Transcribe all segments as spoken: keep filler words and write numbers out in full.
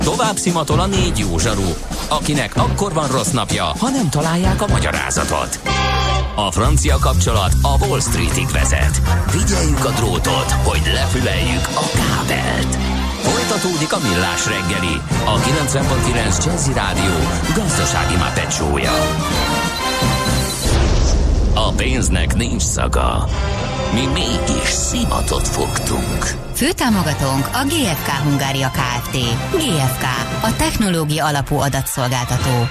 Tovább szimatol a négy jó zsaru, akinek akkor van rossz napja, ha nem találják a magyarázatot. A francia kapcsolat a Wall Streetig vezet. Figyeljük a drótot, hogy lefüleljük a kábelt. Folytatódik a Millás reggeli, a kilencven pont kilenc Jazzy Rádió gazdasági mápecsója. A pénznek nincs szaga. Mi mégis szimatot fogtunk. Főtámogatónk a gé ef ká Hungária Kft. gé ef ká, a technológia alapú adatszolgáltató.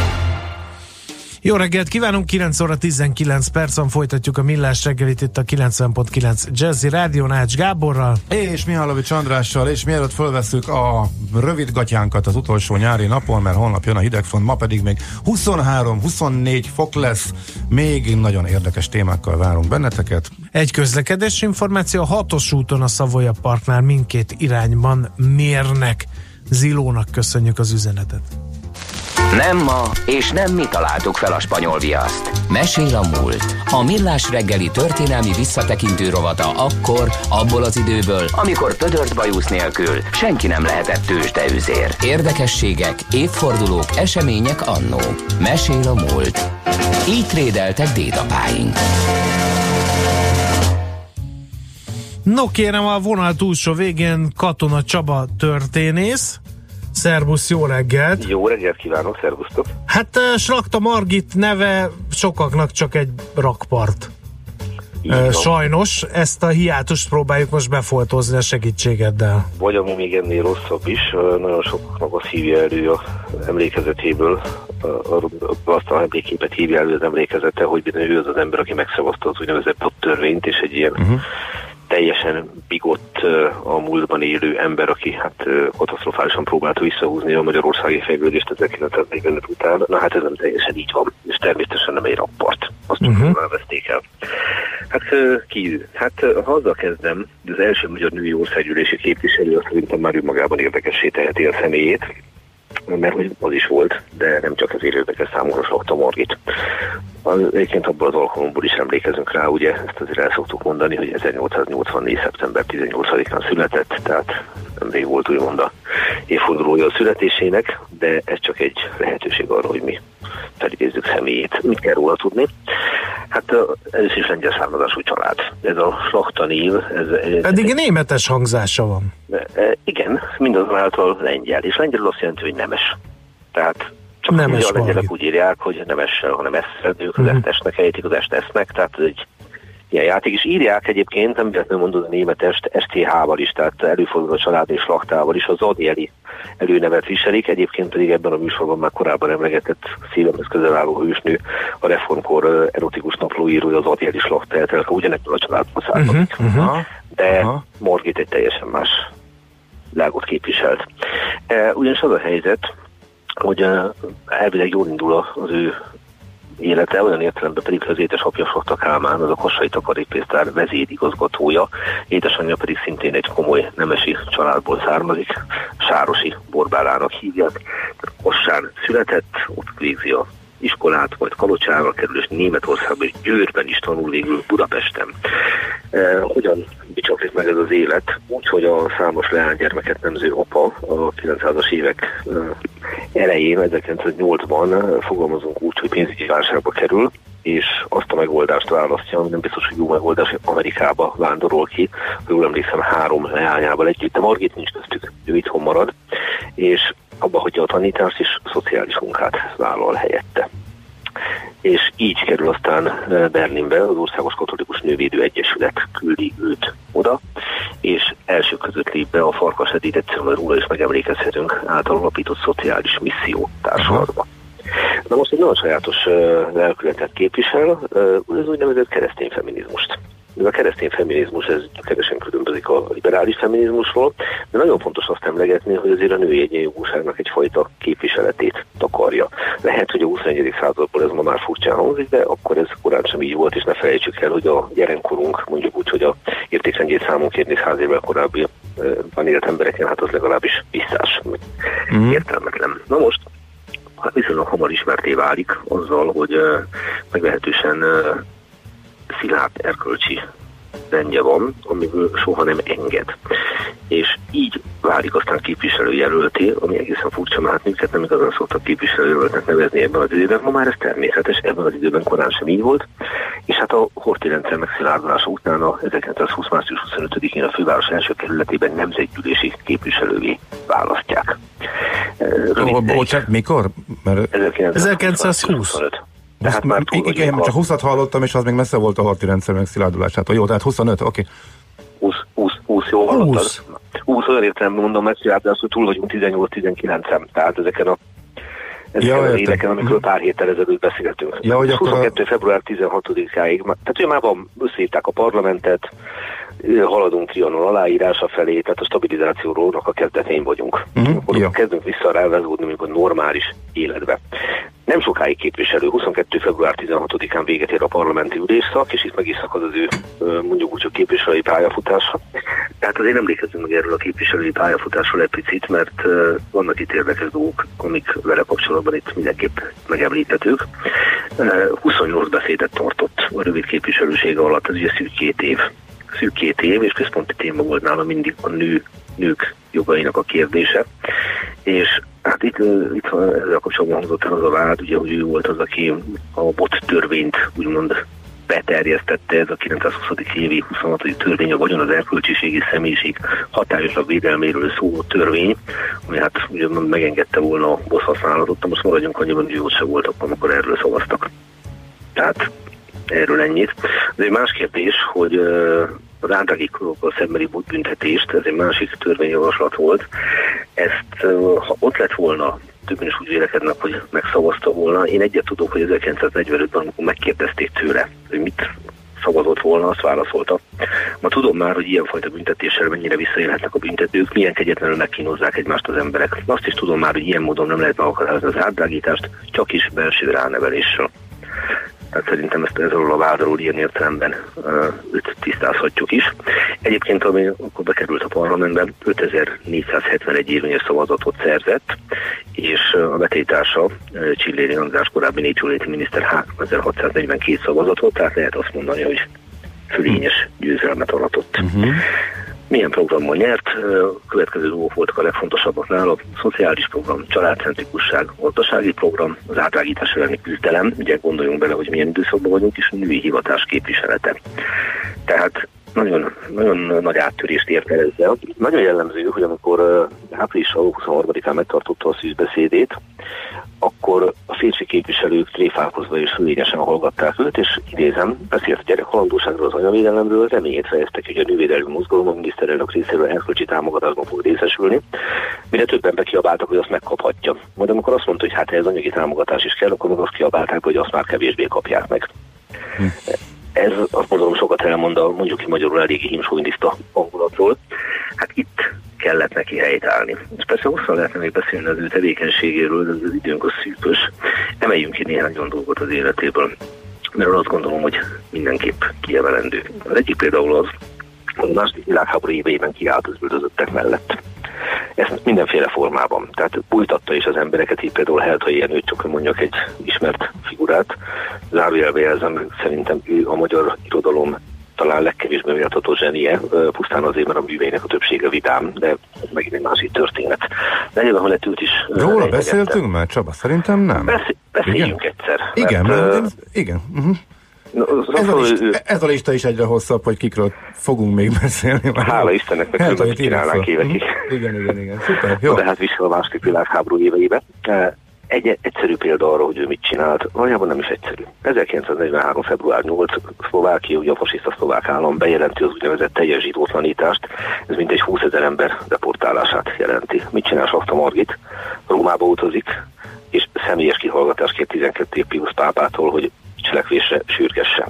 Jó reggelt kívánunk, kilenc óra tizenkilenc percen folytatjuk a Millás reggelit itt a kilencven pont kilenc Jazzy Rádión Ács Gáborral. És Mihálovics Andrással, és mielőtt fölveszünk a rövid gatyánkat az utolsó nyári napon, mert holnap jön a hidegfront, ma pedig még huszonhárom huszonnégy fok lesz, még nagyon érdekes témákkal várunk benneteket. Egy közlekedési információ, a hatos úton a Savoya Parknál mindkét irányban mérnek. Zilónak köszönjük az üzenetet. Nem ma, és nem mi találtuk fel a spanyol viaszt. Mesél a múlt. A Millás reggeli történelmi visszatekintő rovata akkor, abból az időből, amikor pödört bajusz nélkül senki nem lehetett tőzsdeüzér. Érdekességek, évfordulók, események annó. Mesél a múlt. Így trédeltek dédapáink. No kérem, a vonal túlsó végén Katona Csaba történész. Szervusz, jó reggelt! Jó reggelt kívánok, szervusztok! Hát Slakta Margit neve sokaknak csak egy rakpart. Uh, sajnos ezt a hiátust próbáljuk most befoltozni a segítségeddel. Vagy amúgy még ennél rosszabb is, nagyon soknak azt hívja elő az emlékezetéből, azt az emlékképet hívja elő az emlékezete, hogy ő az az ember, aki megszavazta az úgynevezett Pott törvényt, és egy ilyen uh-huh. teljesen bigott, a múltban élő ember, aki hát katasztrofálisan próbálta visszahúzni a magyarországi fejlődést ezerkilencszáznegyvenöt után. Na hát ez nem teljesen így van, és természetesen nem egy rapport. Azt uh-huh. csak elveszték el. Hát ki ő? Hát ha azzal kezdem, az első magyar női országgyűlési képviselő, azt szerintem már ő magában érdekessé teheti a személyét, mert hogy az is volt, de nem csak az érdekes számunkra Slakta Margit. Egyébként abban az alkalomból is emlékezünk rá, ugye, ezt azért el szoktuk mondani, hogy ezernyolcszáznyolcvannégy. szeptember tizennyolcadikán született, tehát nemrég volt úgymond a évfordulója a születésének, de ez csak egy lehetőség arra, hogy mi felidézzük személyét. Mit kell róla tudni? Hát először is lengyel származású család. Ez a Slakta név. Ez, Eddig ez, németes hangzása van. Igen, mindazonáltal lengyel. És lengyelül azt jelenti, hogy nemes. Tehát csak nemes a lengyelek úgy írják, hogy nem essel, hanem eszre, ők az uh-huh. estesnek ejtik, az est esznek, tehát ez egy ilyen játék, és írják egyébként, nem véletlenül mondod a németest, es té há-val is, tehát előfordul a család és Slaktával is, az Zadieli előnevet viselik, egyébként pedig ebben a műsorban már korábban emlegetett szívemhez közel álló hősnő, a reformkor erotikus naplóírója, az Zadieli Slakta eltelke, ugyanebből a családból származik. Uh-huh, uh-huh, de uh-huh. Margit egy teljesen más lágot képviselt. E, ugyanis az a helyzet, hogy elvileg jól indul az ő élete, olyan értelemben pedig az édesapja Slakta Kálmán, az a Kassai Takarékpénztár vezérigazgatója, édesanyja pedig szintén egy komoly nemesi családból származik, Sárosi Borbálának hívják. Kassán született, ott végzi a iskolát, majd Kalocsára kerül, és Németországban és Győrben is tanul, végül Budapesten. E, hogyan bicsaklik meg ez az élet? Úgy, hogy a számos leánygyermeket nemző apa a kilencszázas évek elején, ezerkilencszáznyolcban fogalmazunk úgy, hogy pénzügyi válságba kerül, és azt a megoldást választja, ami nem biztos, hogy jó megoldás, hogy Amerikába vándorol ki, ha jól emlékszem, három leányával együtt, de Margit nincs köztük, ő itthon marad, és abba hagyja a tanítást, és szociális munkát vállal helyette. És így kerül aztán Berlinbe, az Országos Katolikus Nővédő Egyesület küldi őt oda, és első között lép be a Farkas Edith, egyszerűen róla is megemlékezhetünk, által alapított szociális misszió társulatba. Na most egy nagyon sajátos lelkületet képvisel, ez úgynevezett keresztény feminizmust. A keresztény feminizmus, ez teljesen különbözik a liberális feminizmusról, de nagyon fontos azt emlegetni, hogy azért a női egyenjogúságnak egyfajta képviseletét takarja. Lehet, hogy a huszonegyedik századból ez ma már furcsán hangzik, de akkor ez korán sem így volt, és ne felejtsük el, hogy a jelenkorunk, mondjuk úgy, hogy a értékrendjét számon kérni száz évvel korábbi van élt embereken, hát az legalábbis visszás, mm. értelmetlen. Na most, hát viszonylag hamar ismerté válik azzal, hogy meglehetősen szilárd erkölcsi rendje van, amiből soha nem enged. És így válik aztán képviselőjelölté, ami egészen furcsa, mert hát minket nem igazán szoktak képviselőjelöltnek nevezni ebben az időben, ma már ez természetes, ebben az időben korán sem így volt, és hát a Horthy rendszer megszilárdulása után a ezerkilencszázhúsz. március huszonötödikén a főváros első kerületében nemzetgyűlési képviselővé választják. Bocsánat, mikor? Mert ezerkilencszázhúsz. Tehát már igen, csak húszat hallottam, és az még messze volt a Horthy rendszer megszilárdulásától. Jó, tehát huszonöt, oké. Okay. húsz, húsz, jó hallottad. húsz olyan értelemben mondom megszilárdulás, hogy túl vagyunk tizennyolc-tizenkilencen, tehát ezeken a ezeken ja, az éveken, amikor pár héttel ezelőtt beszéltünk. Ja, hogy huszonkettő. február tizenhatodikáig, tehát ugye már van, összeírták a parlamentet, haladunk Trianon aláírása felé, tehát a stabilizációról a kezdetén vagyunk. Uh-huh. Akkor ja. kezdünk vissza rávázódni, amikor normális életbe. Nem sokáig képviselő, huszonkettő. február tizenhatodikán véget ér a parlamenti ülésszak, és itt meg is szakad az ő mondjuk úgy, hogy képviselői pályafutása. Tehát azért emlékezzünk meg erről a képviselői pályafutásról egy picit, mert vannak itt érdekes dolgok, amik vele kapcsolatban itt mindenképp megemlíthetők. huszonnyolc beszédet tartott a rövid képviselősége alatt, ez ugye szűk két év. Szűk két év, és központi téma volt nála mindig a nő, nők jogainak a kérdése. És hát itt, itt ezzel kapcsolatban hangzott el az a vád, ugye, hogy ő volt az, aki a bot törvényt úgymond beterjesztette, ez a kilencszázhuszadik évi huszonhatodik törvény, a vagyon az erkölcsiség és személyiség hatályosabb védelméről szóló törvény, ami hát ugye megengedte volna a bot használatot, most maradjunk annyiban, hogy ott se voltak, amikor erről szavaztak. Tehát erről ennyit. Ez egy más kérdés, hogy az átrágékkal szembeni büntetést, ez egy másik törvényjavaslat volt. Ezt, ha ott lett volna, többen is úgy vélekednek, hogy megszavazta volna. Én egyet tudok, hogy ezerkilencszáznegyvenötben, amikor megkérdezték tőle, hogy mit szavazott volna, azt válaszolta. Ma tudom már, hogy ilyenfajta büntetéssel mennyire visszaélhetnek a büntetők, milyen kegyetlenül megkínozzák egymást az emberek. Azt is tudom már, hogy ilyen módon nem lehet megakadályozni az átdrágítást, csak is belső ráneveléssel. Tehát szerintem ezt ezzel a vádról ilyen értelemben őt tisztázhatjuk is. Egyébként, ami akkor bekerült a parlamentben, ötezer-négyszázhetvenegy érvényes szavazatot szerzett, és a vetélytársa Csilléri András korábbi népjóléti miniszter háromezer-hatszáznegyvenkét szavazatot, tehát lehet azt mondani, hogy fölényes győzelmet aratott. Uh-huh. Milyen programmal nyert? Következő dolgok voltak a legfontosabbak nála: szociális program, családcentrikusság, gazdasági program, az átrágítás elleni küzdelem, ugye gondoljunk bele, hogy milyen időszakban vagyunk, és női hivatás képviselete. Tehát nagyon, nagyon nagy áttörést ért el ezzel. Nagyon jellemző, hogy amikor április huszonharmadikán megtartotta a szűzbeszédét, akkor a férfi képviselők tréfálkozva és fölényesen hallgatták őt, és idézem, beszélt a gyerek halandóságról, az anyavédelemről, reményét fejeztek, hogy a nővédelmi mozgalom a miniszterelnök részéről erkölcsi támogatásban fog részesülni, mire többen bekiabáltak, hogy azt megkaphatja. Majd amikor azt mondta, hogy hát ez anyagi támogatás is kell, akkor meg azt kiabálták, hogy azt már kevésbé kapják meg. Hm. Ez azt mondom, sokat elmond a mondjuk ki magyarul eléggé hímsoviniszta hangulatról. Hát itt kellett neki helyt állni. És persze hosszan lehetne még beszélni az ő tevékenységéről, de az időnk az szűkös. Emeljünk ki néhány olyan dolgot az életéből, mert azt gondolom, hogy mindenképp kiemelendő. Az egyik például az, hogy a második világháború éveiben kiállt az üldözöttek mellett. Ezt mindenféle formában. Tehát bújtatta is az embereket, így például Heltai Jenőt, csak mondjak egy ismert figurát. Zárójelbe jelzem, szerintem ő a magyar irodalom talán legkevésbé méltató zsenie, pusztán azért, mert a műveinek a többsége vidám, de ez megint egy másik történet. De nyilván, hogy őt is... Róla beszéltünk már, Csaba? Szerintem nem. Beszél, beszéljünk igen? egyszer. Igen, mert, mert, ez, igen. Uh-huh. No, ez, a lista, ez a lista is egyre hosszabb, hogy kikről fogunk még beszélni. Hála Istennek, meg különbözőt csinálnánk évekig. Igen, igen, igen. Szuper, jó. De hát vissza a második világháború éveibe. Egy egyszerű példa arra, hogy ő mit csinált, valójában nem is egyszerű. ezerkilencszáznegyvenhárom. február nyolcadika Szlovákia, ugye a fasiszta szlovák állam bejelenti az úgynevezett teljes zsidótlanítást, ez mintegy húszezer ember deportálását jelenti. Mit csinál Sakta Margit? Rómába utazik, és személyes kihallgatást kér tizenkettedik Piusz pápától, hogy cselekvésre sürgesse.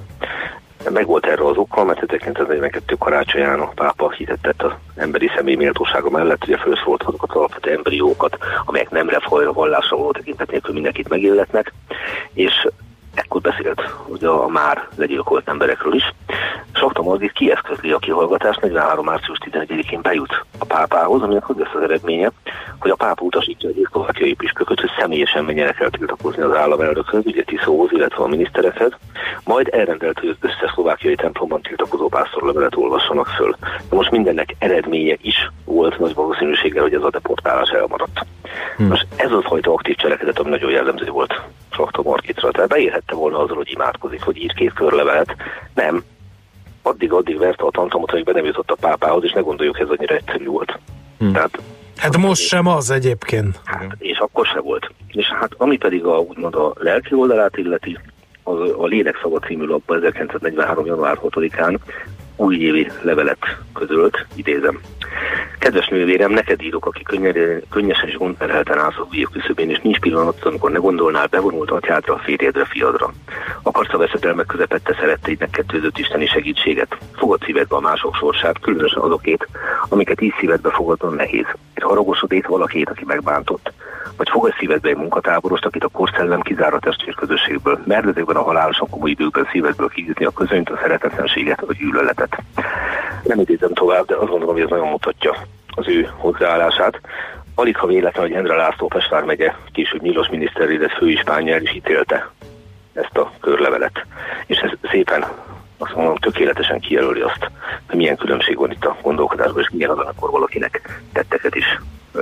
Meg volt erre az okkal, mert ezerkilencszáznegyvenkettő karácsonyán a pápa hitet tett az emberi személy méltósága mellett, ugye felszólt azokat az alapvető emberi jogokat, amelyek nem refajra vallásra való tekintet nélkül mindenkit megilletnek, és amikor beszélt ugye a már legyilkolt emberekről is. Slachta Margit kieszközli a kihallgatást, negyvenhárom március tizenegyedikén bejut a pápához, aminek az lesz az eredménye, hogy a pápa utasítja egy szlovákiai püspököt, hogy személyesen menjenek el tiltakozni az államelnökhöz, ugye Tiszóhoz, illetve a miniszterekhez, majd elrendelt, hogy az összes szlovákiai templomban tiltakozó pásztorlevelet olvassanak föl. De most mindennek eredménye is volt nagy valószínűséggel, hogy ez a deportálás elmaradt. Hmm. Most ez az fajta aktív cselekedet, ami nagyon jellemző volt Slachta Margitra. Tehát beérhette volna azzal, hogy imádkozik, hogy ír két körlevelet. Nem. Addig-addig verte a tantamot, hogy be nem jutott a pápához, és ne gondoljuk, ez annyira egyszerű volt. Hmm. Tehát, hát most sem az egyébként. Hát, és akkor sem volt. És hát ami pedig a, úgymond a lelki oldalát illeti, az a Lélek szava című lapban ezerkilencszáznegyvenhárom. január hatodikán újévi levelet közölt, idézem. Kedves nővérem, neked írok, aki könnyed, könnyesen és gondterhelten állsz az ujjak küszöbén, és nincs pillanat, amikor ne gondolnál bevonult atyádra, férjedre, fiadra. Akarsz a veszedelmek közepette szeretteidnek kettőzött isteni segítséget. Fogad szívedbe a mások sorsát, különösen azokét, amiket így szívedbe fogadon nehéz. Egy haragosodét valakit, aki megbántott. Vagy fogad szívedbe egy munkatáborost, akit a korszellem kizár a testvérközösségből. Mert ezekben a halálosan komoly időkben szívedből kiütni a közönyt, a szeretetlenséget, a gyűlöletet. Nem idézem tovább, de azt gondolom, hogy ez nagyon mutatja az ő hozzáállását. Alig ha véletlen, hogy Endre László Pest vármegye, később Nyilas miniszterrédet főispánjár is ítélte ezt a körlevelet. És ez szépen, azt mondom, tökéletesen kijelöli azt, hogy milyen különbség van itt a gondolkodásban, és milyen az, amikor valakinek tetteket is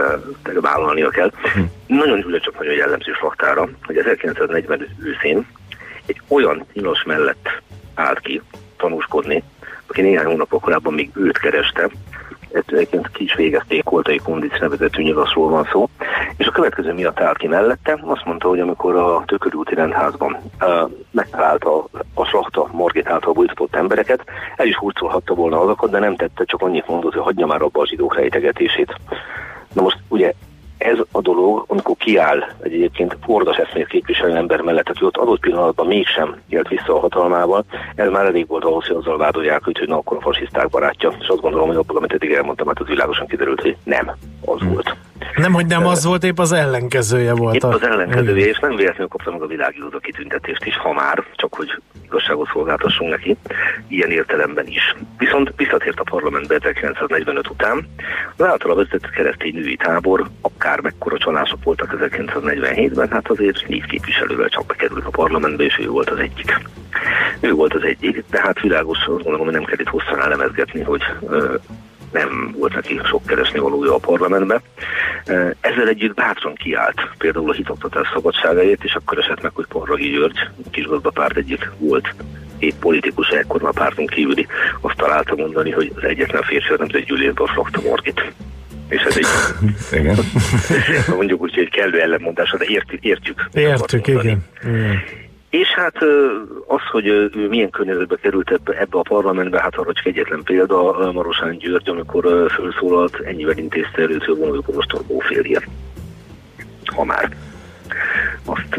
uh, vállalnia kell. Hm. Nagyon ülő, csak nagyon jellemző Slachtára, hogy ezerkilencszáznegyven őszén egy olyan nyilas mellett állt ki tanúskodni, aki néhány hónapok korábban még őt kereste, egyébként ki is végezték, Koltai Kundic nevezetű nyilasról van szó, és a következő miatt állt ki mellette, azt mondta, hogy amikor a Tököli rendházban uh, megtalálta a Slachta Margit által bújtatott embereket, el is hurcolhatta volna azokat, de nem tette, csak annyit mondott, hogy hagyja már abba a zsidók rejtegetését. Na most ugye ez a dolog, amikor kiáll egy egyébként ordas eszmét képviselő ember mellett, aki ott adott pillanatban mégsem élt vissza a hatalmával, ez már elég volt ahhoz, hogy azzal vádolják őt, hogy na akkor a fasiszták barátja. És azt gondolom, hogy abból, amit eddig elmondtam, hát az világosan kiderült, hogy nem az hmm. volt. Nem, hogy nem az volt, épp az ellenkezője volt. Épp az ellenkezője, és nem véletlenül kapta meg a világíró kitüntetést is, ha már, csak hogy igazságot szolgáltassunk neki, ilyen értelemben is. Viszont visszatért a parlamentbe ezerkilencszáznegyvenöt után, az általa vezetett keresztény női tábor, akár mekkora csalások voltak ezerkilencszáznegyvenhétben, hát azért négy képviselővel csak bekerült a parlamentbe, és ő volt az egyik. Ő volt az egyik, de hát világos, azt gondolom, hogy nem kell itt hosszan elemezgetni, hogy ö, nem volt neki sok keresni valója a parlamentbe. Ezzel együtt bátran kiállt például a hitoktatás szabadságáért, és akkor esett meg, hogy Parragi György, Kisgazdapárt egyik volt épp politikus, ekkor a párton kívüli, azt találta mondani, hogy az egyetlen férfi a nemzetgyűlésben a Slachta Margit. És ez egy igen. mondjuk úgy, hogy egy kellő ellenmondása, de értjük. Értjük, értjük igen. igen. És hát az, hogy ő milyen környezetbe került ebbe, ebbe a parlamentbe, hát arra csak egyetlen példa, Marosán György, amikor felszólalt, ennyivel intézte előtt, hogy vonuljuk a Ostor Bóférje. Ha már. Azt,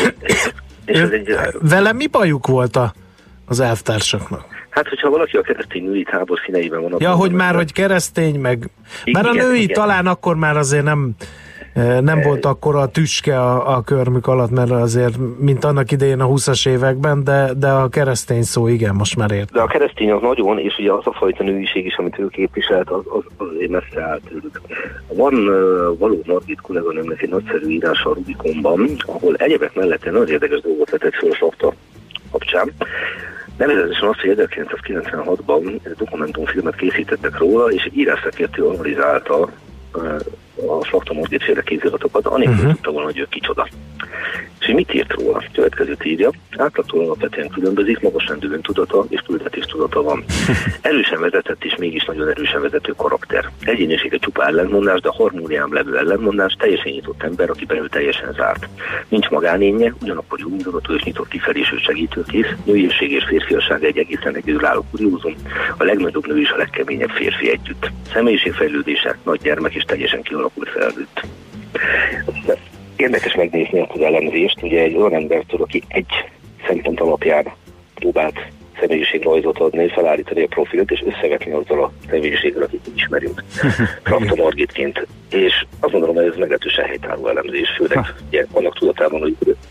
és ez egy, vele mi bajuk volt a, az elvtársaknak? Hát, hogyha valaki a keresztény női tábor színeiben van... Ja, hogy már, hogy keresztény, meg... Már a női igen. Talán akkor már azért nem... Nem volt akkor a tüske a, a körmük alatt, mert azért, mint annak idején a húszas években, de, de a keresztény szó igen, most már ért. De a keresztény az nagyon, és ugye az a fajta nőiség is, amit ő képviselt, az, az, az messze állt tőlük. Van uh, Való Margit kolléganőmnek egy nagyszerű írása a Rubikonban, ahol egyebek mellett egy nagyon érdekes dolgot vetett föl Slachta kapcsán. Nevezetesen azt, hogy ezerkilencszázkilencvenhatban egy dokumentumfilmet készítettek róla, és egy írásszakértő analizálta a Slachta Margit féle kéziratokat, anélkül uh-huh. tudta volna, hogy ő kicsoda. És mit írt róla? Következőt írja. Átlagtól alapvetően különbözik, magas rendű öntudata és küldetés tudata van. Erősen vezetett és mégis nagyon erősen vezető karakter. Egyénisége csupa ellentmondás, de harmóniám levő ellentmondás, teljesen nyitott ember, akiben ő teljesen zárt. Nincs magánénye, ugyanakkor jó indulatú és nyitott kifelé és segítőkész, nőiesség és férfiasság egy egészen egyedülálló kuriózum, a legnagyobb nő és a legkeményebb férfi együtt. Személyiségfejlődése, nagy gyermek és teljesen kialakult felnőtt. Érdekes megnézni ezt az elemzést, ugye egy olyan embertől, aki egy szempont alapján próbált személyiségrajzot adni, felállítani a profilt, és összevetni azzal a személyiséggel, akit ismerünk Slachta Margitként. És azt gondolom, hogy ez meglehetősen helytálló elemzés, főleg ugye, annak tudatában, hogy a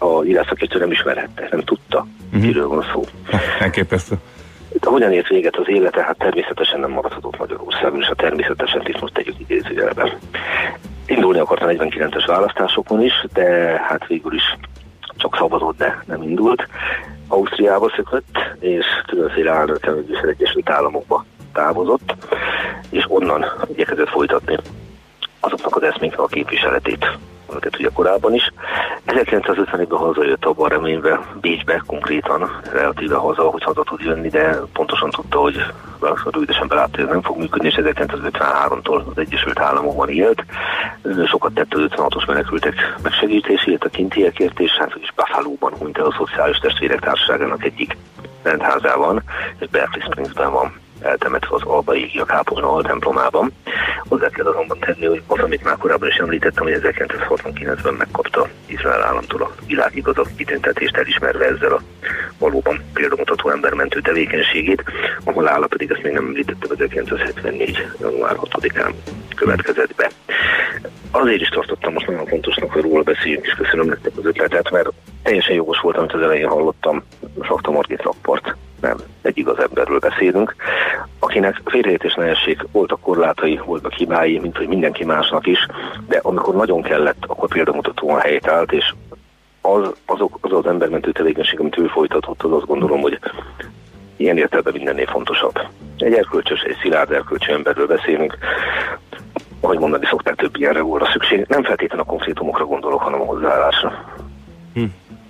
ha írásszakértő nem ismerhette, nem tudta, uh-huh. kiről van szó. Elképesztő. De hogyan ért véget az élete? Hát természetesen nem maradhatott Magyarországon, és a természetesen itt most tegyük idézőjelben. Indulni akart a negyvenkilences választásokon is, de hát végül is csak szavazott, de nem indult. Ausztriába szökött, és különféle államokon és az Egyesült Államokba távozott, és onnan igyekezett folytatni azoknak az eszméknek a képviseletét, amiket ugye korábban is. ezerkilencszázötvenegyben hazajött abban reményben, Bécsbe konkrétan, relatíve haza, hogy haza tud jönni, de pontosan tudta, hogy rövidesen belátta, hogy nem fog működni, és ezerkilencszázötvenháromtól az Egyesült Államokban élt. Sokat tett az ötvenhatos menekültek megsegítését, a kintiekért, és hát is Buffalo-ban hunyt el a Szociális Testvérek Társaságának egyik rendházában, és Berkeley Springsben van eltemetve az Alba Égia kápolna altemplomában. Hozzá kell azonban tenni, hogy az, amit már korábban is említettem, hogy ezerkilencszázhatvankilencben megkapta Izrael államtól a világigazak kitüntetést, elismerve ezzel a valóban példamutató embermentő tevékenységét, ahol álla pedig ezt még nem említettem, ezerkilencszázhetvennégy. január hatodikán következett be. Azért is tartottam most nagyon fontosnak, hogy róla beszéljünk, és köszönöm nektek az ötletet, mert teljesen jogos volt, amit az elején hallottam, Slachta Margit Lappart. Nem, egy igaz emberről beszélünk, akinek félreértés ne essék, voltak korlátai, voltak hibái, mint hogy mindenki másnak is, de amikor nagyon kellett, akkor példamutatóan helyt állt, és az, azok, az az embermentő tevékenység, amit ő folytatott, az azt gondolom, hogy ilyen értelemben mindennél fontosabb. Egy erkölcsös, egy szilárd erkölcsű emberről beszélünk, ahogy mondani szokták, több ilyenre volna szükség. Nem feltétlenül a konkrétumokra gondolok, hanem a hozzáállásra. Hm.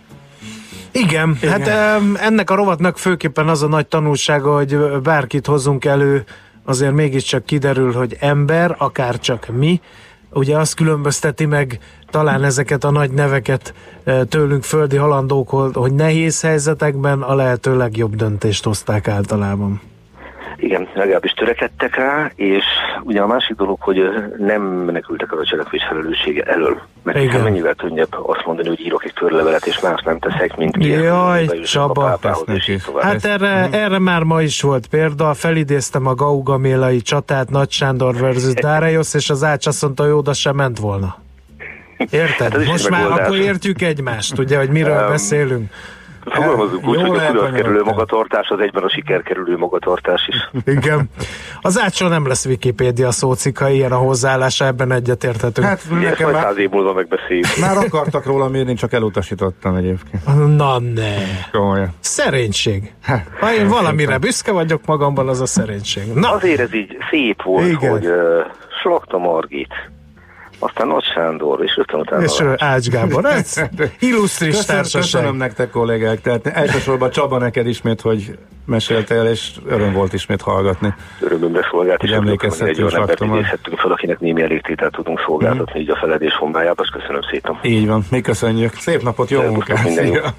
Igen, Igen, hát ennek a rovatnak főképpen az a nagy tanulsága, hogy bárkit hozzunk elő, azért mégiscsak kiderül, hogy ember, akár csak mi. Ugye azt különbözteti meg talán ezeket a nagy neveket tőlünk földi halandókhoz, hogy nehéz helyzetekben a lehető legjobb döntést hozták általában. Igen, legalábbis törekedtek rá, és ugye a másik dolog, hogy nem menekültek el a cselekvés felelőssége elől. Mert igen, mennyivel könnyebb azt mondani, hogy írok egy körlevelet, és más nem teszek, mint ki. Jaj, Csaba, hát erre, hmm. erre már ma is volt példa. Felidéztem a Gaugamélai csatát, Nagy Sándor versus Dárejosz, és az Ács azt mondta, hogy oda sem ment volna. Érted? Hát most már akkor értjük egymást, ugye, hogy miről um, beszélünk. Fogalmazunk úgy, hogy a kudarckerülő magatartás az egyben a sikerkerülő magatartás is. Igen. Az Ácsról nem lesz Wikipédia szócik, ha ilyen a hozzáállása, ebben egyetérthetünk. Hát nekem már száz év múlva megbeszéljük. Már akartak róla mérni, csak elutasítottam egyébként. Na ne. Komolyan. Szerénység. Ha én valamire büszke vagyok magamban, az a szerénység. Na. Azért ez így szép volt, igen, hogy uh, Slachta Margit, aztán Nagy Sándor, és ötlen utána és Ács Gábor, ez illusztris köszönöm, társaság. Köszönöm nektek, kollégák, tehát elsősorban Csaba, neked ismét, hogy meséltél, és öröm volt ismét hallgatni. Örömömre szolgált, és emlékezhetünk, egy olyan embert idézhettünk fel, akinek némi elégtételt tudunk szolgáltatni, mm. így a feledés honmájában, és köszönöm szépen. Így van, mi köszönjük. Szép napot, jó munkát!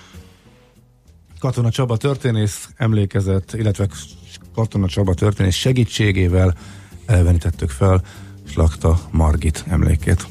Katona Csaba történész emlékezett, illetve Katona Csaba történész segítségével elvenítettük fel Slachta Margit emlékét.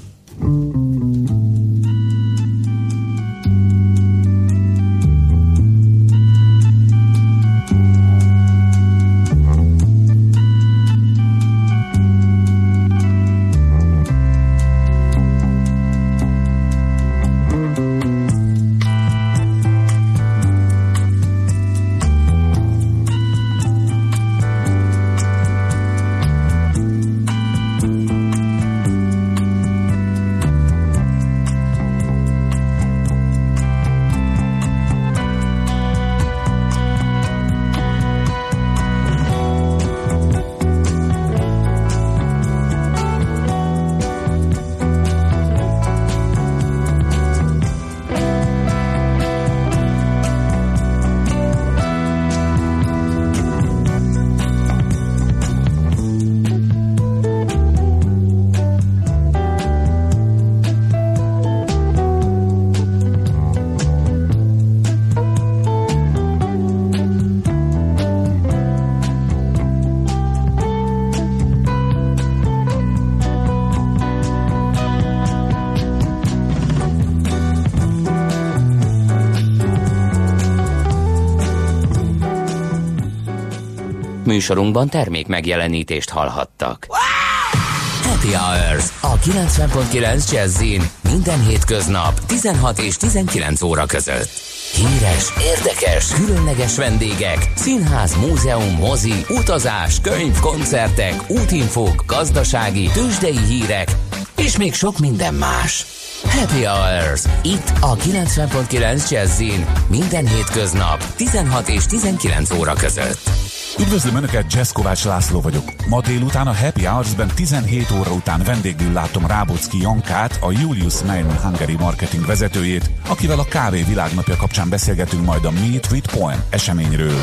Műsorunkban termék megjelenítést hallhattak. Happy Hours a kilencven pont kilenc Jazzin minden hétköznap tizenhat és tizenkilenc óra között. Híres, érdekes, különleges vendégek, színház, múzeum, mozi, utazás, könyv, koncertek, útinfók, gazdasági, tőzsdei hírek, és még sok minden más. Happy Hours itt a kilencven pont kilenc Jazzin minden hétköznap tizenhat és tizenkilenc óra között. Üdvözlöm Önöket, Jazz Kovács László vagyok. Ma délután a Happy Hours-ben tizenhét óra után vendégül látom Rábocki Jankát, a Julius Main Hungary marketing vezetőjét, akivel a kávé világnapja kapcsán beszélgetünk majd a Meet with Poem eseményről.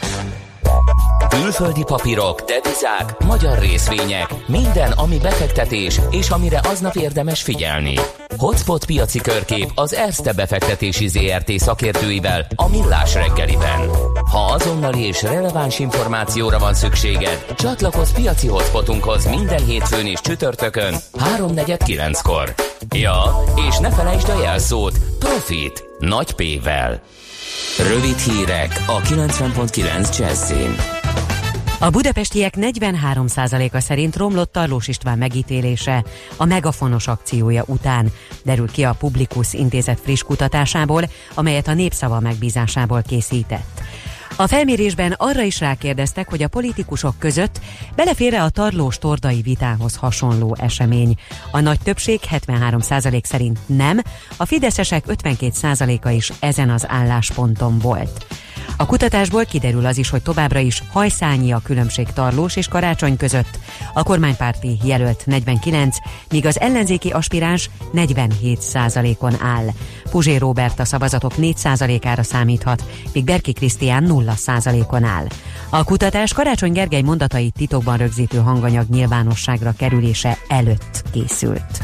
Külföldi papírok, devizák, magyar részvények, minden, ami befektetés és amire aznap érdemes figyelni. Hotspot piaci körkép az Erste befektetési zé er té szakértőivel a Millás reggeliben. Ha azonnali és releváns információra van szükséged, csatlakozz piaci hotspotunkhoz minden hétfőn és csütörtökön háromnegyed kilenckor. Ja, és ne felejtsd a jelszót, Profit, nagy P-vel. Rövid hírek a kilencven pont kilenc Jazzin. A budapestiek negyvenhárom százaléka szerint romlott Tarlós István megítélése a megafonos akciója után, derül ki a Publikus Intézet friss kutatásából, amelyet a Népszava megbízásából készített. A felmérésben arra is rákérdeztek, hogy a politikusok között belefér-e a Tarlós-Tordai vitához hasonló esemény. A nagy többség hetvenhárom százalék szerint nem, a fideszesek ötvenkét százaléka is ezen az állásponton volt. A kutatásból kiderül az is, hogy továbbra is hajszányi a különbség Tarlós és Karácsony között. A kormánypárti jelölt negyvenkilenc, míg az ellenzéki aspiráns negyvenhét százalékon áll. Puzsér Róbert a szavazatok négy százalékára számíthat, míg Berki Krisztián nulla százalékon áll. A kutatás Karácsony Gergely mondatait titokban rögzítő hanganyag nyilvánosságra kerülése előtt készült.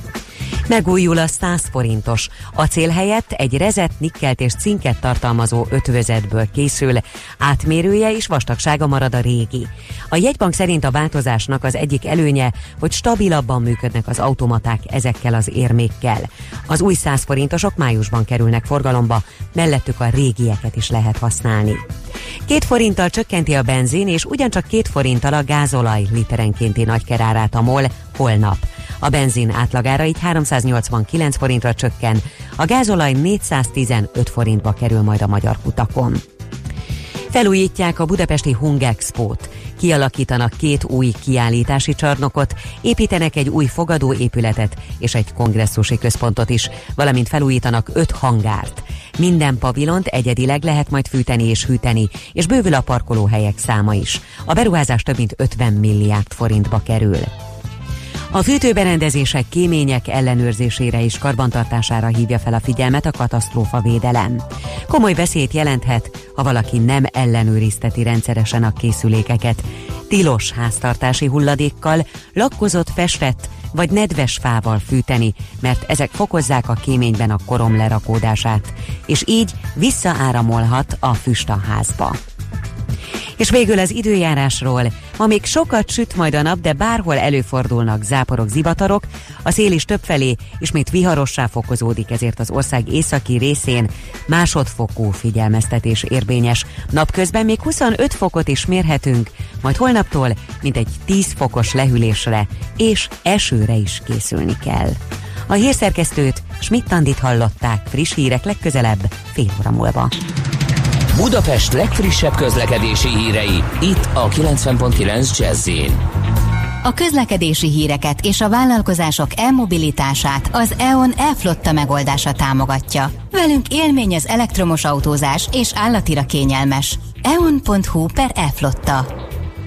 Megújul a száz forintos. Acél helyett egy rezet, nikkelt és cinket tartalmazó ötvözetből készül, átmérője és vastagsága marad a régi. A jegybank szerint a változásnak az egyik előnye, hogy stabilabban működnek az automaták ezekkel az érmékkel. Az új száz forintosok májusban kerülnek forgalomba, mellettük a régieket is lehet használni. Két forinttal csökkenti a benzin, és ugyancsak két forinttal a gázolaj literenkénti nagykerárát a MOL holnap. A benzin átlagára így háromszáznyolcvankilenc forintra csökken, a gázolaj négyszáztizenöt forintba kerül majd a magyar kutakon. Felújítják a budapesti Hungexpót, kialakítanak két új kiállítási csarnokot, építenek egy új fogadóépületet és egy kongresszusi központot is, valamint felújítanak öt hangárt. Minden pavilont egyedileg lehet majd fűteni és hűteni, és bővül a parkolóhelyek száma is. A beruházás több mint ötven milliárd forintba kerül. A fűtőberendezések, kémények ellenőrzésére és karbantartására hívja fel a figyelmet a katasztrófavédelem. Komoly veszélyt jelenthet, ha valaki nem ellenőrizteti rendszeresen a készülékeket. Tilos háztartási hulladékkal, lakkozott, festett vagy nedves fával fűteni, mert ezek fokozzák a kéményben a korom lerakódását, és így visszaáramolhat a füst a házba. És végül az időjárásról. Ma még sokat süt majd a nap, de bárhol előfordulnak záporok, zivatarok, a szél is többfelé ismét viharossá fokozódik, ezért az ország északi részén másodfokú figyelmeztetés érvényes. Napközben még huszonöt fokot is mérhetünk, majd holnaptól mintegy tíz fokos lehűlésre és esőre is készülni kell. A hírszerkesztőt, Schmidt-Tandit hallották, friss hírek legközelebb fél óra múlva. Budapest legfrissebb közlekedési hírei, itt a kilencven pont kilenc Jazz-in. A közlekedési híreket és a vállalkozások e-mobilitását az é o en e-flotta megoldása támogatja. Velünk élmény az elektromos autózás és állatira kényelmes. e o en pont hu per e-flotta.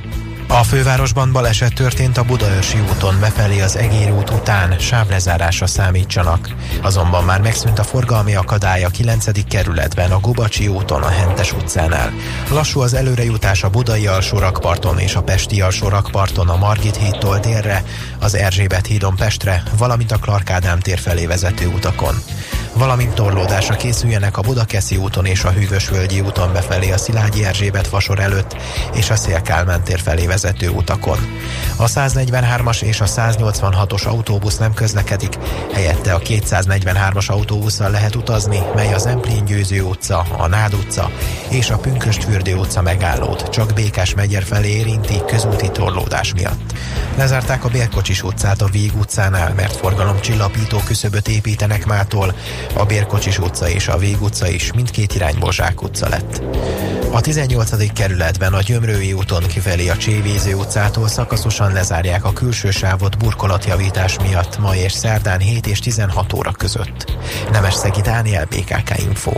A fővárosban baleset történt a Budaörsi úton befelé az Egér út után, sávlezárásra számítsanak. Azonban már megszűnt a forgalmi akadály a kilencedik kerületben, a Gubacsi úton, a Hentes utcánál. Lassú az előrejutás a Budai alsórakparton és a Pesti alsórakparton a Margit hídtól délre, az Erzsébet hídon Pestre, valamint a Clark Ádám tér felé vezető utakon. Valamint torlódásra készüljenek a Budakeszi úton és a Hűvösvölgyi úton befelé a Szilágyi Erzsébet fasor előtt és a Széll-Kálmán tér felé vezető utakon. A száznegyvenhármas és a száznyolcvanhatos autóbusz nem közlekedik, helyette a kétszáznegyvenhármas autóbusszal lehet utazni, mely az Emplén-Győző utca, a Nád utca és a Pünkösdfürdő utca megállót csak Békás-megyer felé érinti közúti torlódás miatt. Lezárták a Bérkocsis utcát a Víg utcánál, mert forgalomcsillapító küszöböt építenek mától. A Bérkocsis utca és a Víg utca is mindkét irányból zsákutca lett. A tizennyolcadik kerületben a Gyömrői úton kifelé a Csévíző utcától szakaszosan lezárják a külső sávot burkolatjavítás miatt ma és szerdán hét és tizenhat óra között. Nemesszegi Dániel, bé ká ká Info.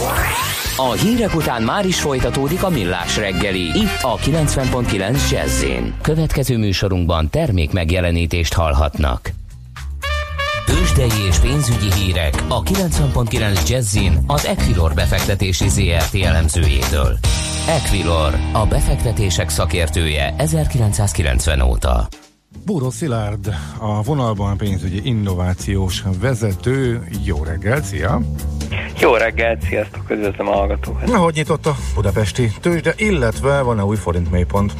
A hírek után már is folytatódik a Millás reggeli, itt a kilencven pont kilenc Jazz-én. Következő műsorunkban termék megjelenítést hallhatnak. Tőzsdei és pénzügyi hírek a kilencven pont kilenc Jazz-in az Equilor befektetési zé er té elemzőjétől. Equilor, a befektetések szakértője ezerkilencszázkilencven óta. Búró Szilárd, a vonalban pénzügyi innovációs vezető. Jó reggelt, szia! Jó reggelt, sziasztok, üdvözlöm a hallgatókat! Na, hogy nyitott a budapesti tőzsde, illetve van-e új forint mélypont?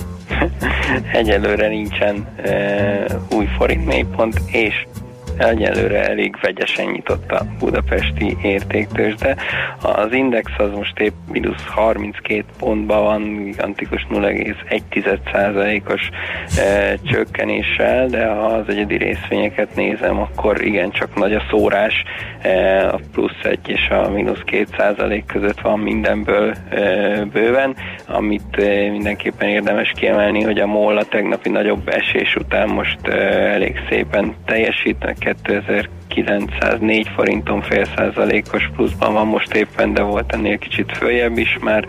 Egyelőre nincsen e, új forint mélypont, és egyelőre elég vegyesen nyitott a budapesti értéktőzsde. Az index az most épp mínusz harminckét pontban van, gigantikus nulla egész egy százalékos e, csökkenéssel, de ha az egyedi részvényeket nézem, akkor igencsak nagy a szórás, e, a plusz egy és a mínusz két százalék között van mindenből e, bőven, amit e, mindenképpen érdemes kiemelni, hogy a MOL a tegnapi nagyobb esés után most e, elég szépen teljesít, kétezer-kilencszáznégy forinton fél százalékos pluszban van most éppen, de volt ennél kicsit följebb is már,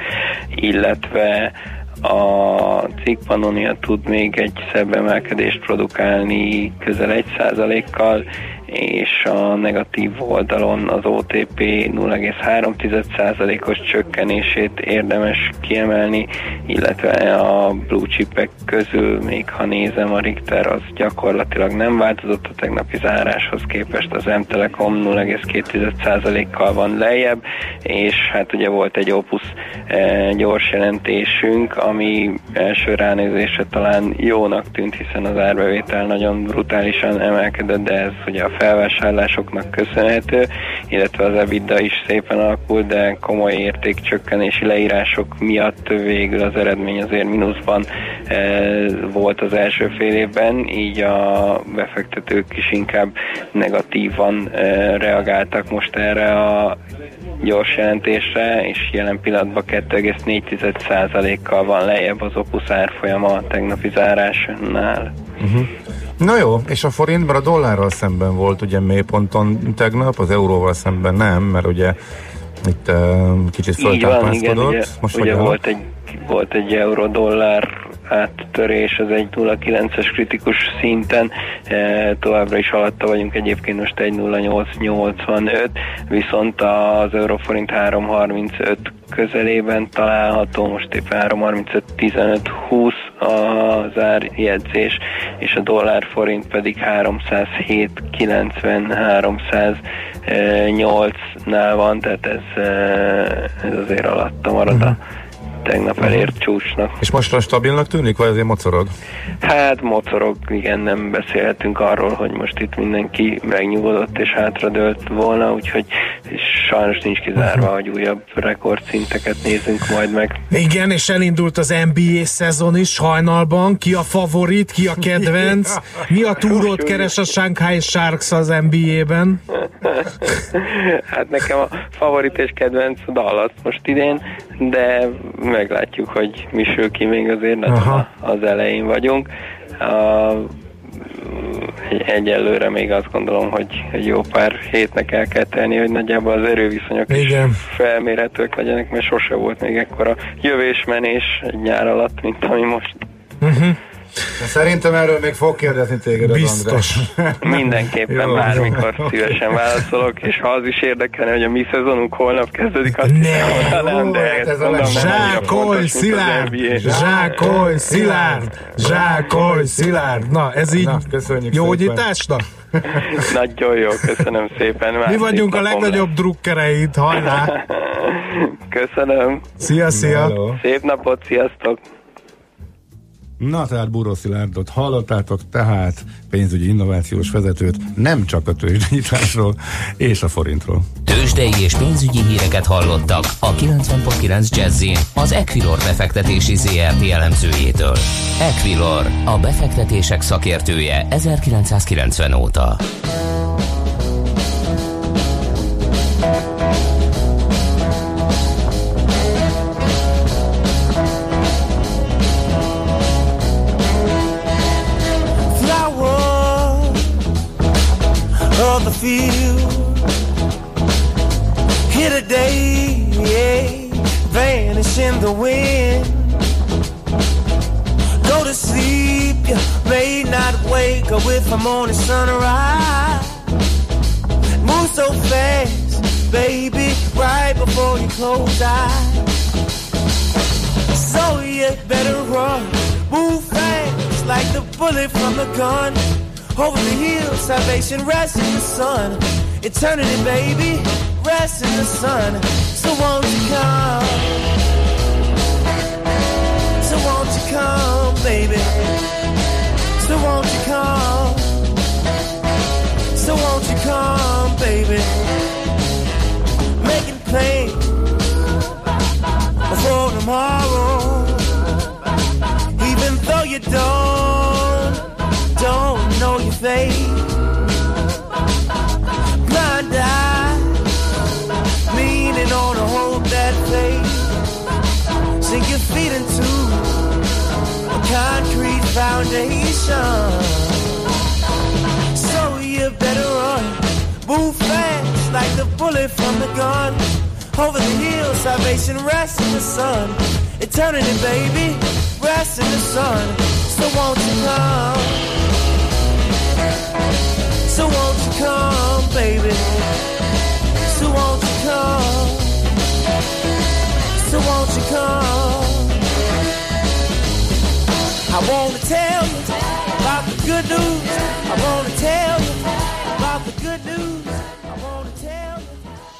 illetve a cikk Pannonia tud még egy szebb emelkedést produkálni közel egy százalékkal, és a negatív oldalon az o té pé nulla egész három százalékos csökkenését érdemes kiemelni, illetve a blue chipek közül, még ha nézem, a Richter az gyakorlatilag nem változott a tegnapi záráshoz képest, az M-Telekom nulla egész két százalékkal van lejjebb, és hát ugye volt egy Opus e, gyors jelentésünk, ami első ránézésre talán jónak tűnt, hiszen az árbevétel nagyon brutálisan emelkedett, de ez ugye a felvásárlásoknak köszönhető, illetve az EBITDA is szépen alakult, de komoly értékcsökkenési leírások miatt végül az eredmény azért mínuszban e, volt az első fél évben, így a befektetők is inkább negatívan e, reagáltak most erre a gyors jelentésre, és jelen pillanatban kettő egész négy százalékkal van lejjebb az Opus árfolyama a tegnapi zárásnál. Uh-huh. Na jó, és a forintban a dollárral szemben volt ugye mélyponton tegnap, az euróval szemben nem, mert ugye itt uh, kicsit föltápászkodott. Most ugye volt egy, volt egy euró-dollár áttörés az egy nulla kilences kritikus szinten, e, továbbra is alatta vagyunk, egyébként most egy nulla nyolc nyolcvanöt, viszont az euróforint három harmincöt közelében található, most éppen három harmincöt tizenöt húsz az árjegyzés, és a dollárforint pedig háromszázhét kilencven háromszáznyolcnál van, tehát ez, ez azért alatta marad uh-huh. a tegnap elért csúcsnak. És mostra stabilnak tűnik, vagy azért mocorog? Hát mocorog, igen, nem beszélhetünk arról, hogy most itt mindenki megnyugodott és hátradőlt volna, úgyhogy sajnos nincs kizárva, uh-huh. hogy újabb rekordszinteket nézzünk majd meg. Igen, és elindult az en bé á szezon is hajnalban. Ki a favorit, ki a kedvenc? Mi a túrót keres a Shanghai Sharks az en bé á-ben? Hát nekem a favorit és kedvenc Dallas most idén, de meglátjuk, hogy mi sül ki, még azért nagyon az elején vagyunk. Uh, egy, egyelőre még azt gondolom, hogy egy jó pár hétnek el kell tenni, hogy nagyjából az erőviszonyok Igen. is felmérhetők legyenek, mert sose volt még ekkora jövésmenés egy nyár alatt, mint ami most. Uh-huh. De szerintem erről még fog kérdezni téged. Biztos. Mindenképpen jó, bármikor jó. Szívesen válaszolok, és ha az is érdekelne, hogy a mi szezonunk holnap kezdődik, azt ne, mondanám, de ez mondom, zsákolj, Szilárd, zsákolj, Szilárd, zsákolj, Szilárd. Na, ez így. Na, köszönjük gyógyításnak? Nagyon jó, köszönöm szépen. Mi vagyunk a legnagyobb le. drukkereid, hajrá! Köszönöm. Szia, szia! Hello. Szép napot, sziasztok! Na, tehát Búró Szilárdot hallottátok, tehát pénzügyi innovációs vezetőt, nem csak a tőzsdenyításról és a forintról. Tőzsdei és pénzügyi híreket hallottak a kilencven pont kilenc Jazzin az Equilor befektetési zé er té elemzőjétől. Equilor, a befektetések szakértője ezerkilencszázkilencven óta. Of the field here today, yeah, vanish in the wind. Go to sleep, you may not wake up with the morning sunrise. Move so fast, baby, right before you close eyes. So you better run, move fast like the bullet from the gun. Over the hills, salvation rests in the sun. Eternity, baby, rests in the sun. So won't you come? So won't you come, baby? So won't you come? So won't you come, baby? Making plans before tomorrow. Even though you don't Don't know your fate. Blind eye, leaning on a hold that faith. Sink your feet into a concrete foundation. So you better run, move fast like the bullet from the gun. Over the hills, salvation rests in the sun. Eternity, baby, rests in the sun. So won't you come? So won't you come, baby? So won't you come? So won't you come? I wanna tell you about the good news. I wanna tell you about the good news. I wanna tell you.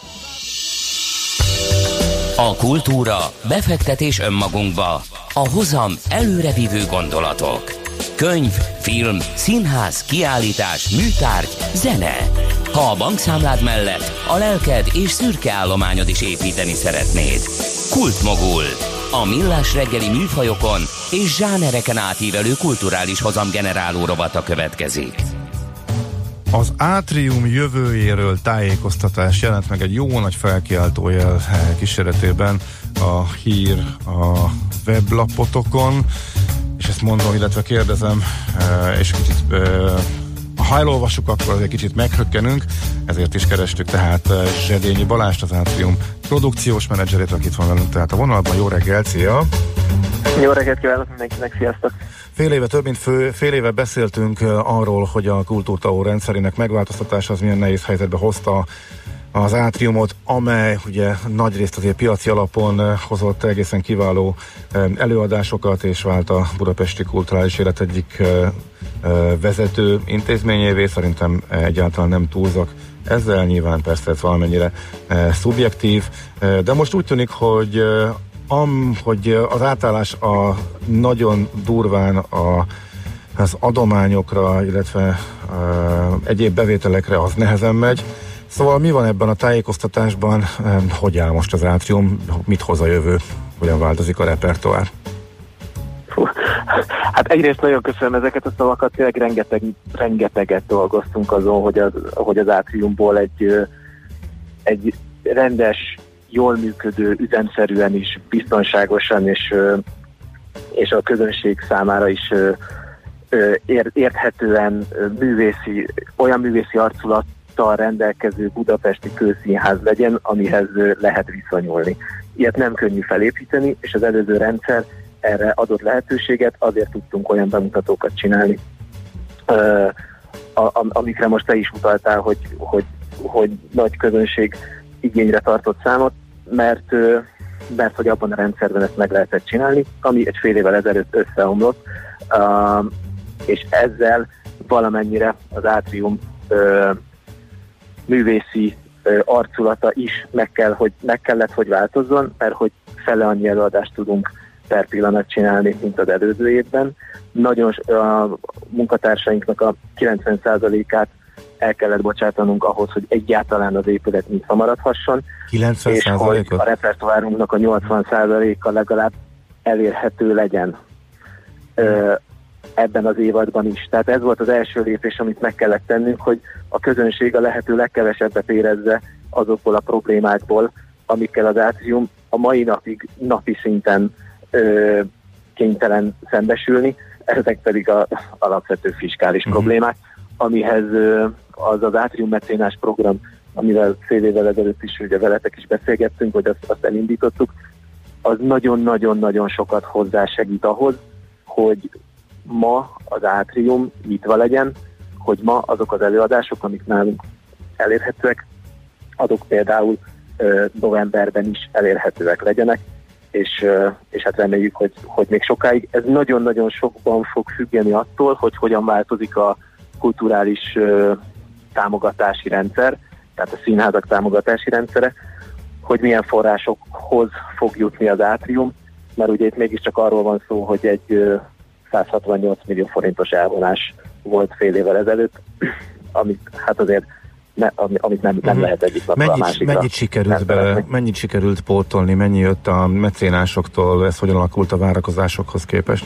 A kultúra, befektetés önmagunkba, a hozam előrevívő gondolatok. Könyv, film, színház, kiállítás, műtárgy, zene. Ha a bankszámlád mellett a lelked és szürke állományod is építeni szeretnéd. Kultmogul. A millás reggeli műfajokon és zsánereken átívelő kulturális hozamgeneráló rovata következik. Az átrium jövőjéről tájékoztatás jelent meg egy jó nagy felkiáltójel kíséretében a hír a weblapotokon, és ezt mondom, illetve kérdezem, és kicsit, ha elolvassuk, akkor azért kicsit meghökkenünk, ezért is kerestük tehát Zsedényi Balást, az Átrium produkciós menedzserét, akit van velünk tehát a vonalban. Jó reggelt, szia! Jó reggelt kívánok mindenkinek, sziasztok! Fél éve, több mint fő, fél éve beszéltünk arról, hogy a kultúrtau rendszerének megváltoztatása az milyen nehéz helyzetbe hozta az Átriumot, amely ugye nagyrészt azért piaci alapon hozott egészen kiváló előadásokat, és vált a budapesti kulturális élet egyik vezető intézményévé. Szerintem egyáltalán nem túlzak ezzel, nyilván persze ez valamennyire szubjektív, de most úgy tűnik, hogy, am, hogy az átállás a nagyon durván a, az adományokra, illetve egyéb bevételekre az nehezen megy. Szóval mi van ebben a tájékoztatásban, hogy áll most az Átrium, mit hoz a jövő, hogyan változik a repertoár? Fú, hát egyrészt nagyon köszönöm ezeket a szavakat, tényleg rengeteg, rengeteget dolgoztunk azon, hogy az, hogy az Átriumból egy, egy rendes, jól működő, üzemszerűen is, biztonságosan és, és a közönség számára is érthetően művészi, olyan művészi arculat rendelkező budapesti kőszínház legyen, amihez lehet viszonyulni. Ilyet nem könnyű felépíteni, és az előző rendszer erre adott lehetőséget, azért tudtunk olyan bemutatókat csinálni, amikre most te is utaltál, hogy, hogy, hogy nagy közönség igényre tartott számot, mert, mert hogy abban a rendszerben ezt meg lehetett csinálni, ami egy fél évvel ezelőtt összeomlott, és ezzel valamennyire az Átrium művészi arculata is meg, kell, hogy, meg kellett, hogy változzon, mert hogy fele annyi előadást tudunk per pillanat csinálni, mint az előző évben. Nagyon a munkatársainknak a kilencven százalékát el kellett bocsátanunk ahhoz, hogy egyáltalán az épület nyitva maradhasson, kilencven és hogy a repertoárunknak a nyolcvan százaléka legalább elérhető legyen ö, ebben az évadban is. Tehát ez volt az első lépés, amit meg kellett tennünk, hogy a közönség a lehető legkevesebbet érezze azokból a problémákból, amikkel az Átrium a mai napig napi szinten ö, kénytelen szembesülni, ezek pedig az alapvető fiskális uh-huh. problémák, amihez ö, az az Átrium mecénás program, amivel fél évvel ezelőtt is ugye veletek is beszélgettünk, hogy azt, azt elindítottuk, az nagyon-nagyon-nagyon sokat hozzásegít ahhoz, hogy ma az Átrium nyitva legyen, hogy ma azok az előadások, amik nálunk elérhetőek, azok például ö, novemberben is elérhetőek legyenek, és, ö, és hát reméljük, hogy, hogy még sokáig. Ez nagyon-nagyon sokban fog függeni attól, hogy hogyan változik a kulturális ö, támogatási rendszer, tehát a színházak támogatási rendszere, hogy milyen forrásokhoz fog jutni az Átrium, mert ugye itt mégiscsak arról van szó, hogy egy ö, száz hatvannyolc millió forintos elvonás volt fél évvel ezelőtt, amit hát azért ne, amit nem, nem uh-huh. lehet egyik napra mennyit, a másikra. Mennyit sikerült, be, mennyit sikerült pótolni, mennyi jött a mecénásoktól, ez hogyan alakult a várakozásokhoz képest?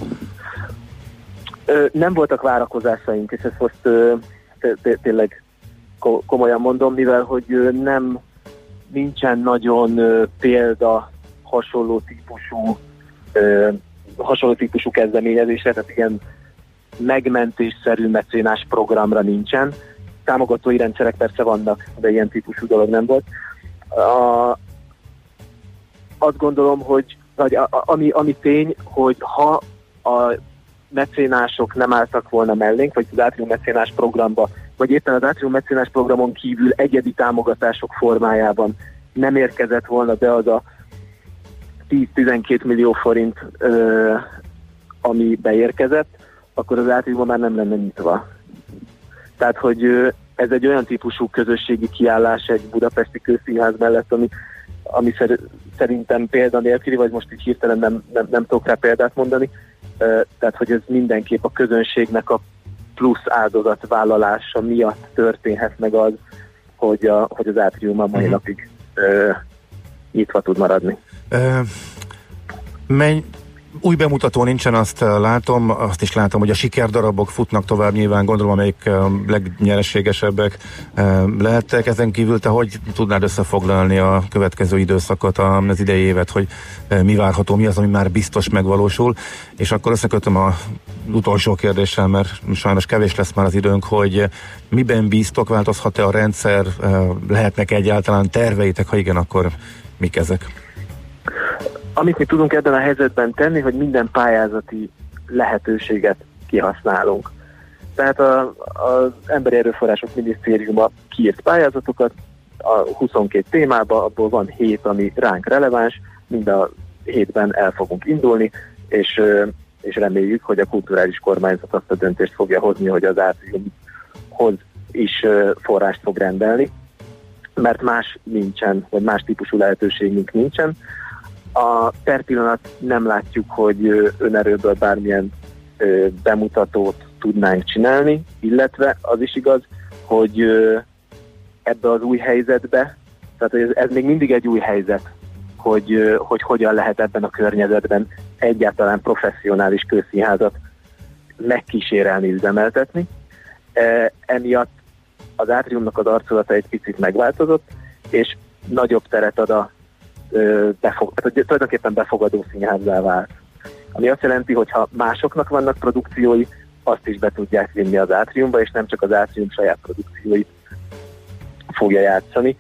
Ö, nem voltak várakozásaink, és ezt most ö, tényleg komolyan mondom, mivel hogy ö, nem nincsen nagyon ö, példa hasonló típusú ö, hasonló típusú kezdeményezésre, tehát igen, megmentésszerű mecénás programra nincsen. Támogatói rendszerek persze vannak, de ilyen típusú dolog nem volt. A, azt gondolom, hogy vagy a, ami, ami tény, hogy ha a mecénások nem álltak volna mellénk, vagy az Átrium mecénás programba, vagy éppen az Átrium mecénás programon kívül egyedi támogatások formájában nem érkezett volna be az a tíz-tizenkét millió forint, ö, ami beérkezett, akkor az Átriumban már nem lenne nyitva. Tehát, hogy ö, ez egy olyan típusú közösségi kiállás egy budapesti közszínház mellett, ami, ami szer, szerintem példa nélküli, vagy most így hirtelen nem, nem, nem tudok rá példát mondani. Ö, tehát, hogy ez mindenképp a közönségnek a plusz áldozatvállalása miatt történhet meg az, hogy, a, hogy az Átrium a mai uh-huh. napig ö, nyitva tud maradni. Uh, menj, új bemutató nincsen, azt látom, azt is látom, hogy a sikerdarabok futnak tovább, nyilván gondolom, amelyik uh, legnyereségesebbek uh, lehettek. Ezen kívül te hogy tudnád összefoglalni a következő időszakot, az idei évet, hogy uh, mi várható, mi az, ami már biztos megvalósul, és akkor összekötöm az utolsó kérdéssel, mert sajnos kevés lesz már az időnk, hogy miben bíztok, változhat-e a rendszer, uh, lehetnek egyáltalán terveitek, ha igen, akkor mik ezek? Amit mi tudunk ebben a helyzetben tenni, hogy minden pályázati lehetőséget kihasználunk. Tehát a, az Emberi Erőforrások Minisztériuma kiírt pályázatokat, a huszonkét témában, abból van hét, ami ránk releváns, mind a hétben el fogunk indulni, és, és reméljük, hogy a kulturális kormányzat azt a döntést fogja hozni, hogy az Átriumhoz is forrást fog rendelni, mert más nincsen, vagy más típusú lehetőségünk nincsen. A per pillanat nem látjuk, hogy önerőből bármilyen ö, bemutatót tudnánk csinálni, illetve az is igaz, hogy ö, ebbe az új helyzetbe, tehát ez, ez még mindig egy új helyzet, hogy, ö, hogy hogyan lehet ebben a környezetben egyáltalán professzionális közszínházat megkísérelni, üzemeltetni. E, emiatt az Átriumnak az arculata egy picit megváltozott, és nagyobb teret ad a Befog, tehát tulajdonképpen befogadó színházzá vált. Ami azt jelenti, hogy ha másoknak vannak produkciói, azt is be tudják vinni az Átriumba, és nem csak az Átrium saját produkcióit fogja játszani.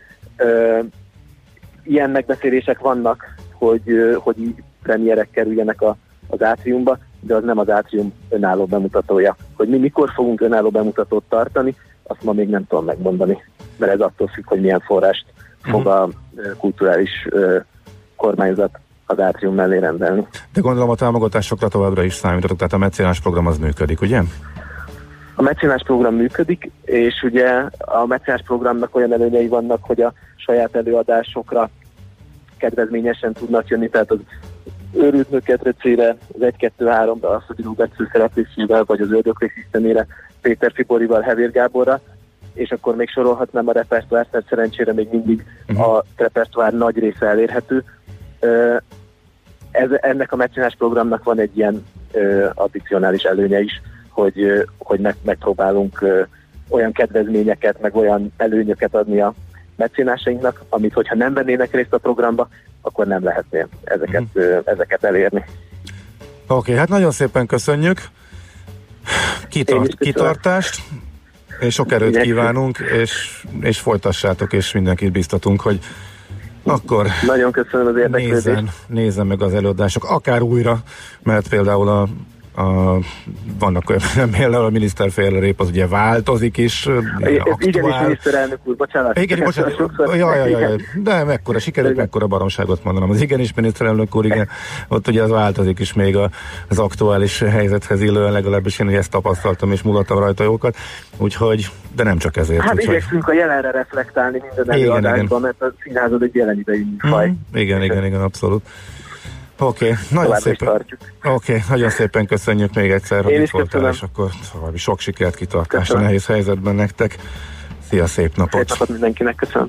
Ilyen megbeszélések vannak, hogy, hogy premierek kerüljenek a az átriumba, de az nem az átrium önálló bemutatója. Hogy mi mikor fogunk önálló bemutatót tartani, azt ma még nem tudom megmondani, mert ez attól függ, hogy milyen forrást fog a kulturális uh, kormányzat az átrium mellé rendelni. De gondolom a támogatásokra továbbra is számítatok, tehát a mecénás program az működik, ugye? A mecénás program működik, és ugye a mecénás programnak olyan előnyei vannak, hogy a saját előadásokra kedvezményesen tudnak jönni, tehát az Őrült nők ketrecére, az egy kettő három-ra, a Szodi Róbert főszereplésével, vagy az Ördögkölyv Istenére, Péter Fiborival, Hevér Gáborra, és akkor még sorolhatnám a repertoárt, mert szerencsére még mindig uh-huh. a repertoár nagy része elérhető. Ez, ennek a mecénás programnak van egy ilyen addicionális előnye is, hogy, hogy meg, megpróbálunk olyan kedvezményeket, meg olyan előnyöket adni a mecénásainknak, amit hogyha nem vennének részt a programba, akkor nem lehetné ezeket, uh-huh. ezeket elérni. Oké, okay, hát nagyon szépen köszönjük. Kitart, kitartást, és sok erőt kívánunk, és, és folytassátok, és mindenkit biztatunk, hogy akkor nagyon köszönöm az érdeklődést. Nézzen, nézzen meg az előadások, akár újra, mert például a A, vannak olyan, például a miniszterfélerép az ugye változik is. Igen, és miniszterelnök úr, bocsánat. Igen, bocsánat. Jaj, jaj, jaj, de mekkora sikerült, mekkora baromságot mondanom. Az igenis miniszterelnök úr, igen, ott ugye az változik is még az aktuális helyzethez illően, legalábbis én ezt tapasztaltam és mulattam rajta jókat, úgyhogy, de nem csak ezért. Hát úgyhogy... igyekszünk a jelenre reflektálni minden előadásban, mert a színházad egy jelen idejű műfaj. Mm, igen, igen, igen, abszolút. Oké, okay, nagyon szépen. Oké, okay, nagyon szépen köszönjük még egyszer, hogy itt voltál, és akkor további sok sikert, kitartás a nehéz helyzetben nektek. Szia, szép napot! Szép napot mindenkinek, köszönöm!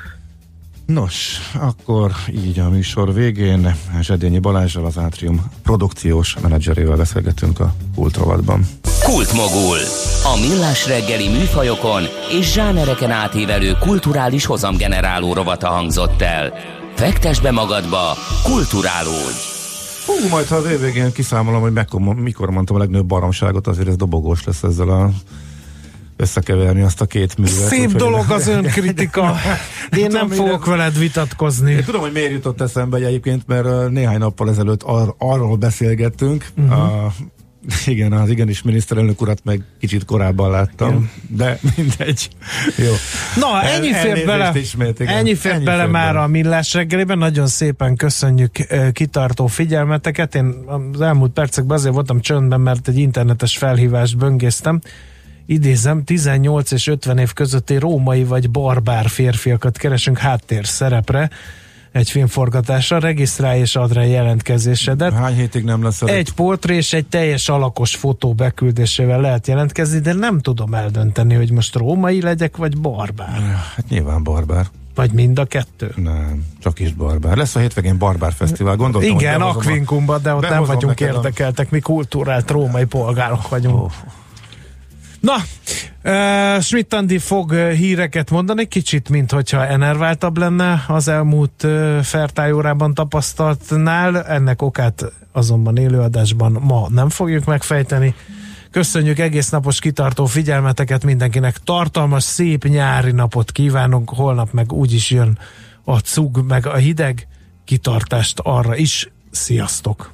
Nos, akkor így a műsor végén Zsedényi Balázsral, az Átrium produkciós menedzserével beszélgetünk a Kult rovatban. Kultmogul. A millás reggeli műfajokon és zsánereken átívelő kulturális hozamgeneráló rovata hangzott el. Fektesd be magadba, kulturálódj! Hú, majd ha a végén kiszámolom, hogy mekkor, mikor mondtam a legnagyobb baromságot, azért ez dobogós lesz ezzel a összekeverni azt a két művet. Szép úgy, dolog az önkritika. Én nem tudom, fogok mire... veled vitatkozni. Én tudom, hogy miért jutott eszembe egyébként, mert néhány nappal ezelőtt ar- arról beszélgettünk. Uh-huh. A, igen, az igenis miniszterelnök urat meg kicsit korábban láttam, igen. De mindegy. Jó. Na, ennyi El, fér bele, ismét, ennyi fér ennyi bele fér már bele. A Millás reggeliben. Nagyon szépen köszönjük kitartó figyelmeteket. Én az elmúlt percekben azért voltam csöndben, mert egy internetes felhívást böngésztem. Idézem, tizennyolc és ötven év közötti római vagy barbár férfiakat keresünk háttér szerepre egy filmforgatásra, regisztrálj és add rá jelentkezésedet. Hány hétig nem lesz előtt? Egy portré és egy teljes alakos fotó beküldésével lehet jelentkezni, de nem tudom eldönteni, hogy most római legyek, vagy barbár. Hát nyilván barbár. Vagy mind a kettő? Nem, csak is barbár. Lesz a hétvégén Barbár Fesztivál, gondoltam. Igen, Aquincumban, de ott nem vagyunk érdekeltek, mi kultúrált római polgárok vagyunk. Oh. Na, uh, Schmidt Andi fog uh, híreket mondani, kicsit, mint hogyha enerváltabb lenne az elmúlt uh, fertájórában tapasztaltnál, ennek okát azonban élőadásban ma nem fogjuk megfejteni. Köszönjük egész napos kitartó figyelmeteket, mindenkinek tartalmas, szép nyári napot kívánunk, holnap meg úgyis jön a cug, meg a hideg, kitartást arra is, sziasztok!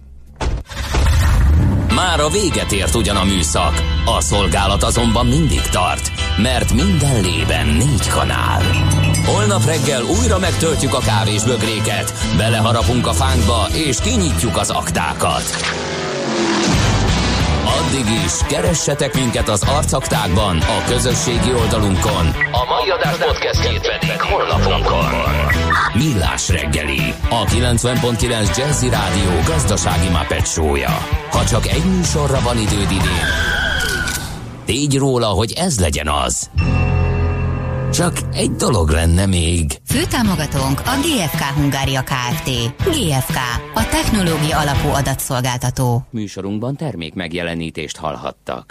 Már a véget ért ugyan a műszak, a szolgálat azonban mindig tart, mert minden lében négy kanál. Holnap reggel újra megtöltjük a kávésbögréket, beleharapunk a fánkba és kinyitjuk az aktákat. Addig is keressetek minket az arcaktákban, a közösségi oldalunkon. A mai adás podcastjét pedig honlapunkon. Millás reggeli, a kilencven pont kilenc Jazzy Rádió gazdasági Muppet show-ja. Ha csak egy műsorra van időd idén, tégy róla, hogy ez legyen az. Csak egy dolog lenne még. Főtámogatónk a gé ef ká Hungária Kft. gé ef ká, a technológia alapú adatszolgáltató. Műsorunkban termék megjelenítést hallhattak.